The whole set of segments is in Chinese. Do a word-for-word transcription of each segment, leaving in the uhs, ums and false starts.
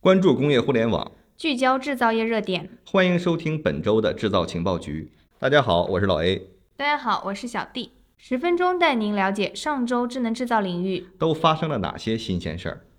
关注工业互联网， 聚焦制造业热点。 欢迎收听本周的制造情报局。大家好，我是老 A。 大家好，我是小 D。十分钟带您了解上周智能制造领域都发生了哪些新鲜事儿。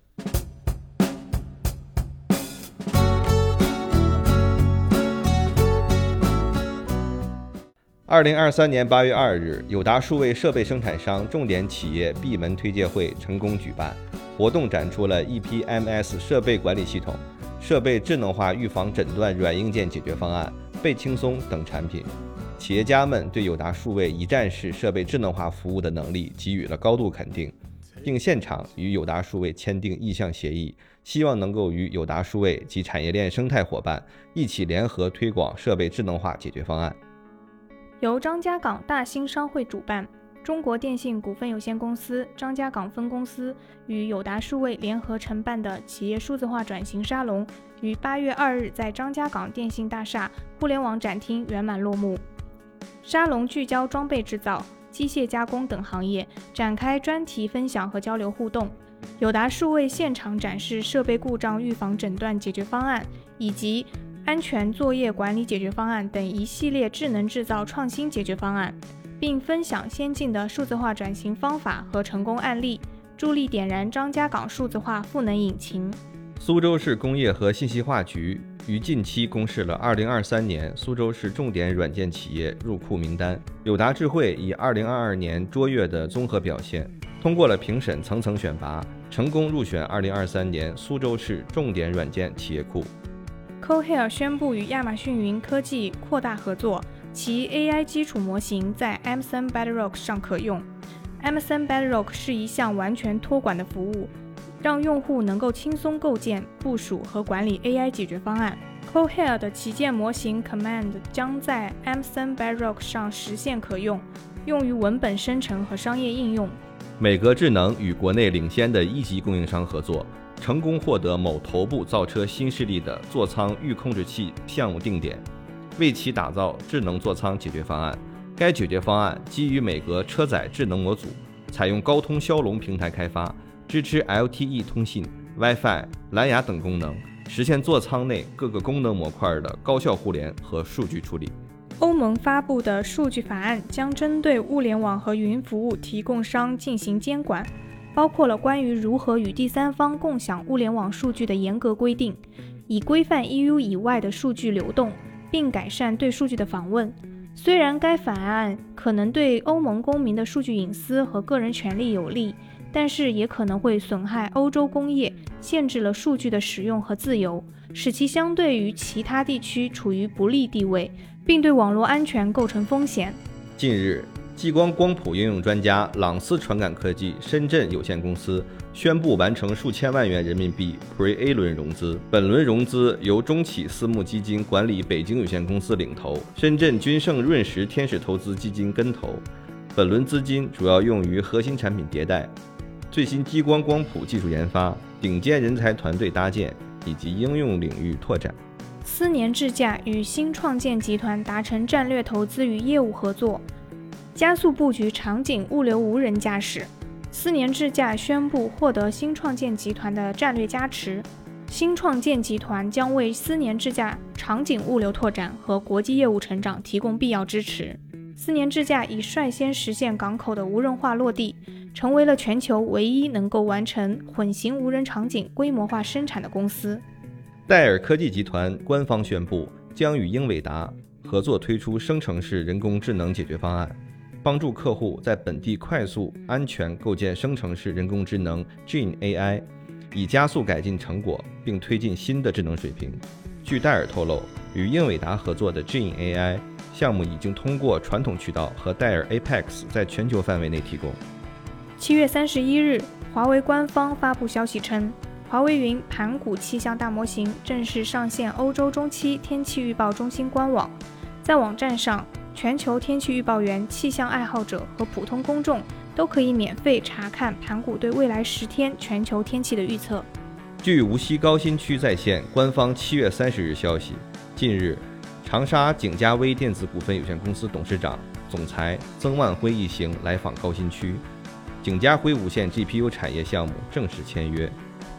二零二三年八月二日，友达数位设备生产商重点企业闭门推介会成功举办，活动展出了 E P M S 设备管理系统、设备智能化预防诊断软硬件解决方案、倍轻松等产品。企业家们对友达数位一站式设备智能化服务的能力给予了高度肯定，并现场与友达数位签订意向协议，希望能够与友达数位及产业链生态伙伴一起联合推广设备智能化解决方案。 由张家港大兴商会主办，中国电信股份有限公司张家港分公司与友达数位联合承办的企业数字化转型沙龙于八月二日在张家港电信大厦互联网展厅圆满落幕。沙龙聚焦装备制造、机械加工等行业，展开专题分享和交流互动。友达数位现场展示设备故障预防诊断解决方案以及安全作业管理解决方案等一系列智能制造创新解决方案，并分享先进的数字化转型方法和成功案例，助力点燃张家港数字化赋能引擎。 苏州市工业和信息化局于近期公示了二零二三年苏州市重点软件企业入库名单，友达智慧以二零二二年卓越的综合表现，通过了评审层层选拔，成功入选二零二三年苏州市重点软件企业库。 Cohere 宣布与亚马逊云科技扩大合作，其 A I 基础模型在 Amazon Bedrock 上可用。Amazon Bedrock 是一项完全托管的服务，让用户能够轻松构建、部署和管理 A I 解决方案。Cohere 的旗舰模型 Command 将在 Amazon Bedrock 上实现可用，用于文本生成和商业应用。 美格智能与国内领先的一级供应商合作，成功获得某头部造车新势力的座舱预控制器项目定点，为其打造智能座舱解决方案。该解决方案基于美格车载智能模组，采用高通骁龙平台开发，支持 L T E 通信、Wi-Fi、蓝牙等功能，实现座舱内各个功能模块的高效互联和数据处理。 欧盟发布的数据法案将针对物联网和云服务提供商进行监管，包括了关于如何与第三方共享物联网数据的严格规定，以规范 E U 以外的数据流动，并改善对数据的访问。虽然该法案可能对欧盟公民的数据隐私和个人权利有利，但是也可能会损害欧洲工业，限制了数据的使用和自由，使其相对于其他地区处于不利地位，并对网络安全构成风险。 近日，激光光谱应用专家朗思传感科技深圳有限公司宣布完成数千万元人民币 Pre-A 轮融资，本轮融资由中企私募基金管理北京有限公司领投，深圳君盛润实天使投资基金跟投。本轮资金主要用于核心产品迭代、最新激光光谱技术研发、顶尖人才团队搭建以及应用领域拓展。 思年智驾与新创建集团达成战略投资与业务合作，加速布局场景物流无人驾驶。思年智驾宣布获得新创建集团的战略加持，新创建集团将为思年智驾场景物流拓展和国际业务成长提供必要支持。思年智驾已率先实现港口的无人化落地，成为了全球唯一能够完成混型无人场景规模化生产的公司。 戴尔科技集团官方宣布，将与英伟达合作推出生成式人工智能解决方案，帮助客户在本地快速、安全构建生成式人工智能 Gen A I， 以加速改进成果，并推进新的智能水平。据戴尔透露，与英伟达合作的 Gen A I 项目已经通过传统渠道和戴尔 Apex 在全球范围内提供。 七月三十一日，华为官方发布消息称，华为云盘古气象大模型正式上线欧洲中期天气预报中心官网。在网站上，全球天气预报员、气象爱好者和普通公众都可以免费查看盘古对未来十天全球天气的预测。 据无锡高新区在线官方七月三十日消息，近日，长沙景嘉微电子股份有限公司董事长、总裁曾万辉一行来访高新区，景嘉辉无线 G P U 产业项目正式签约。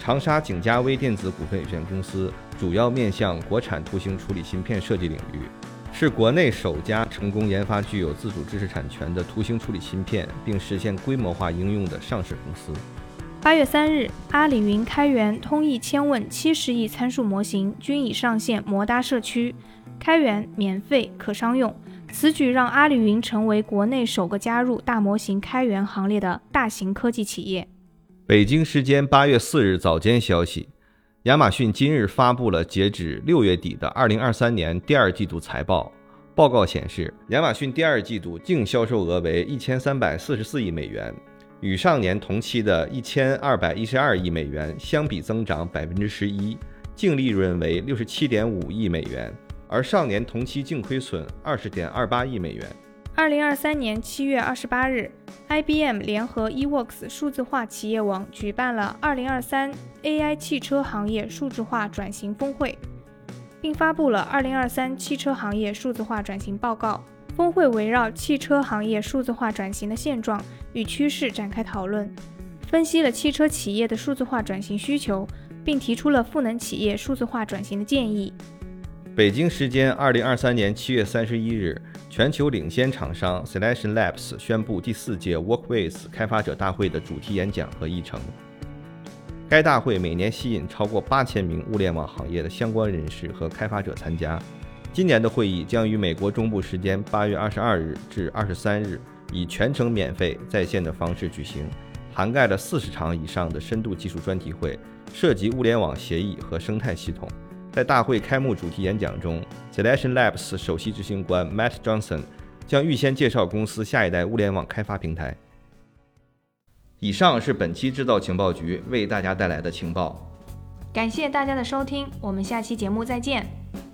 长沙景嘉微电子股份有限公司主要面向国产图形处理芯片设计领域，是国内首家成功研发具有自主知识产权的图形处理芯片并实现规模化应用的上市公司。 八月三日，阿里云开源通义千问七十亿参数模型均已上线模搭社区，开源免费可商用。此举让阿里云成为国内首个加入大模型开源行列的大型科技企业。 北京时间八月四日早间消息，亚马逊今日发布了截止六月底的二零二三年第二季度财报。报告显示，亚马逊第二季度净销售额为一千三百四十四亿美元，与上年同期的一千二百一十二亿美元相比增长百分之十一，净利润为六十七点五亿美元。而上年同期净亏损二十点二八亿美元。 二零二三年七月二十八日 ，I B M 联合 eWorks 数字化企业网举办了二零二三 A I 汽车行业数字化转型峰会，并发布了二零二三汽车行业数字化转型报告。峰会围绕汽车行业数字化转型的现状与趋势展开讨论，分析了汽车企业的数字化转型需求，并提出了赋能企业数字化转型的建议。 北京时间二零二三年七月三十一日，全球领先厂商 Celestion Labs 宣布第四届 Workways 开发者大会的主题演讲和议程。该大会每年吸引超过八千名物联网行业的相关人士和开发者参加。今年的会议将于美国中部时间八月二十二日至二十三日以全程免费在线的方式举行，涵盖了四十场以上的深度技术专题会，涉及物联网协议和生态系统。在大会开幕主题演讲中， Celestion Labs 首席执行官 Matt Johnson 将预先介绍公司下一代物联网开发平台。以上是本期制造情报局为大家带来的情报。 感谢大家的收听，我们下期节目再见。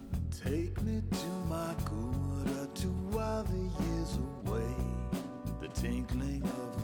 Take me to my good, to while the years away, the tinkling of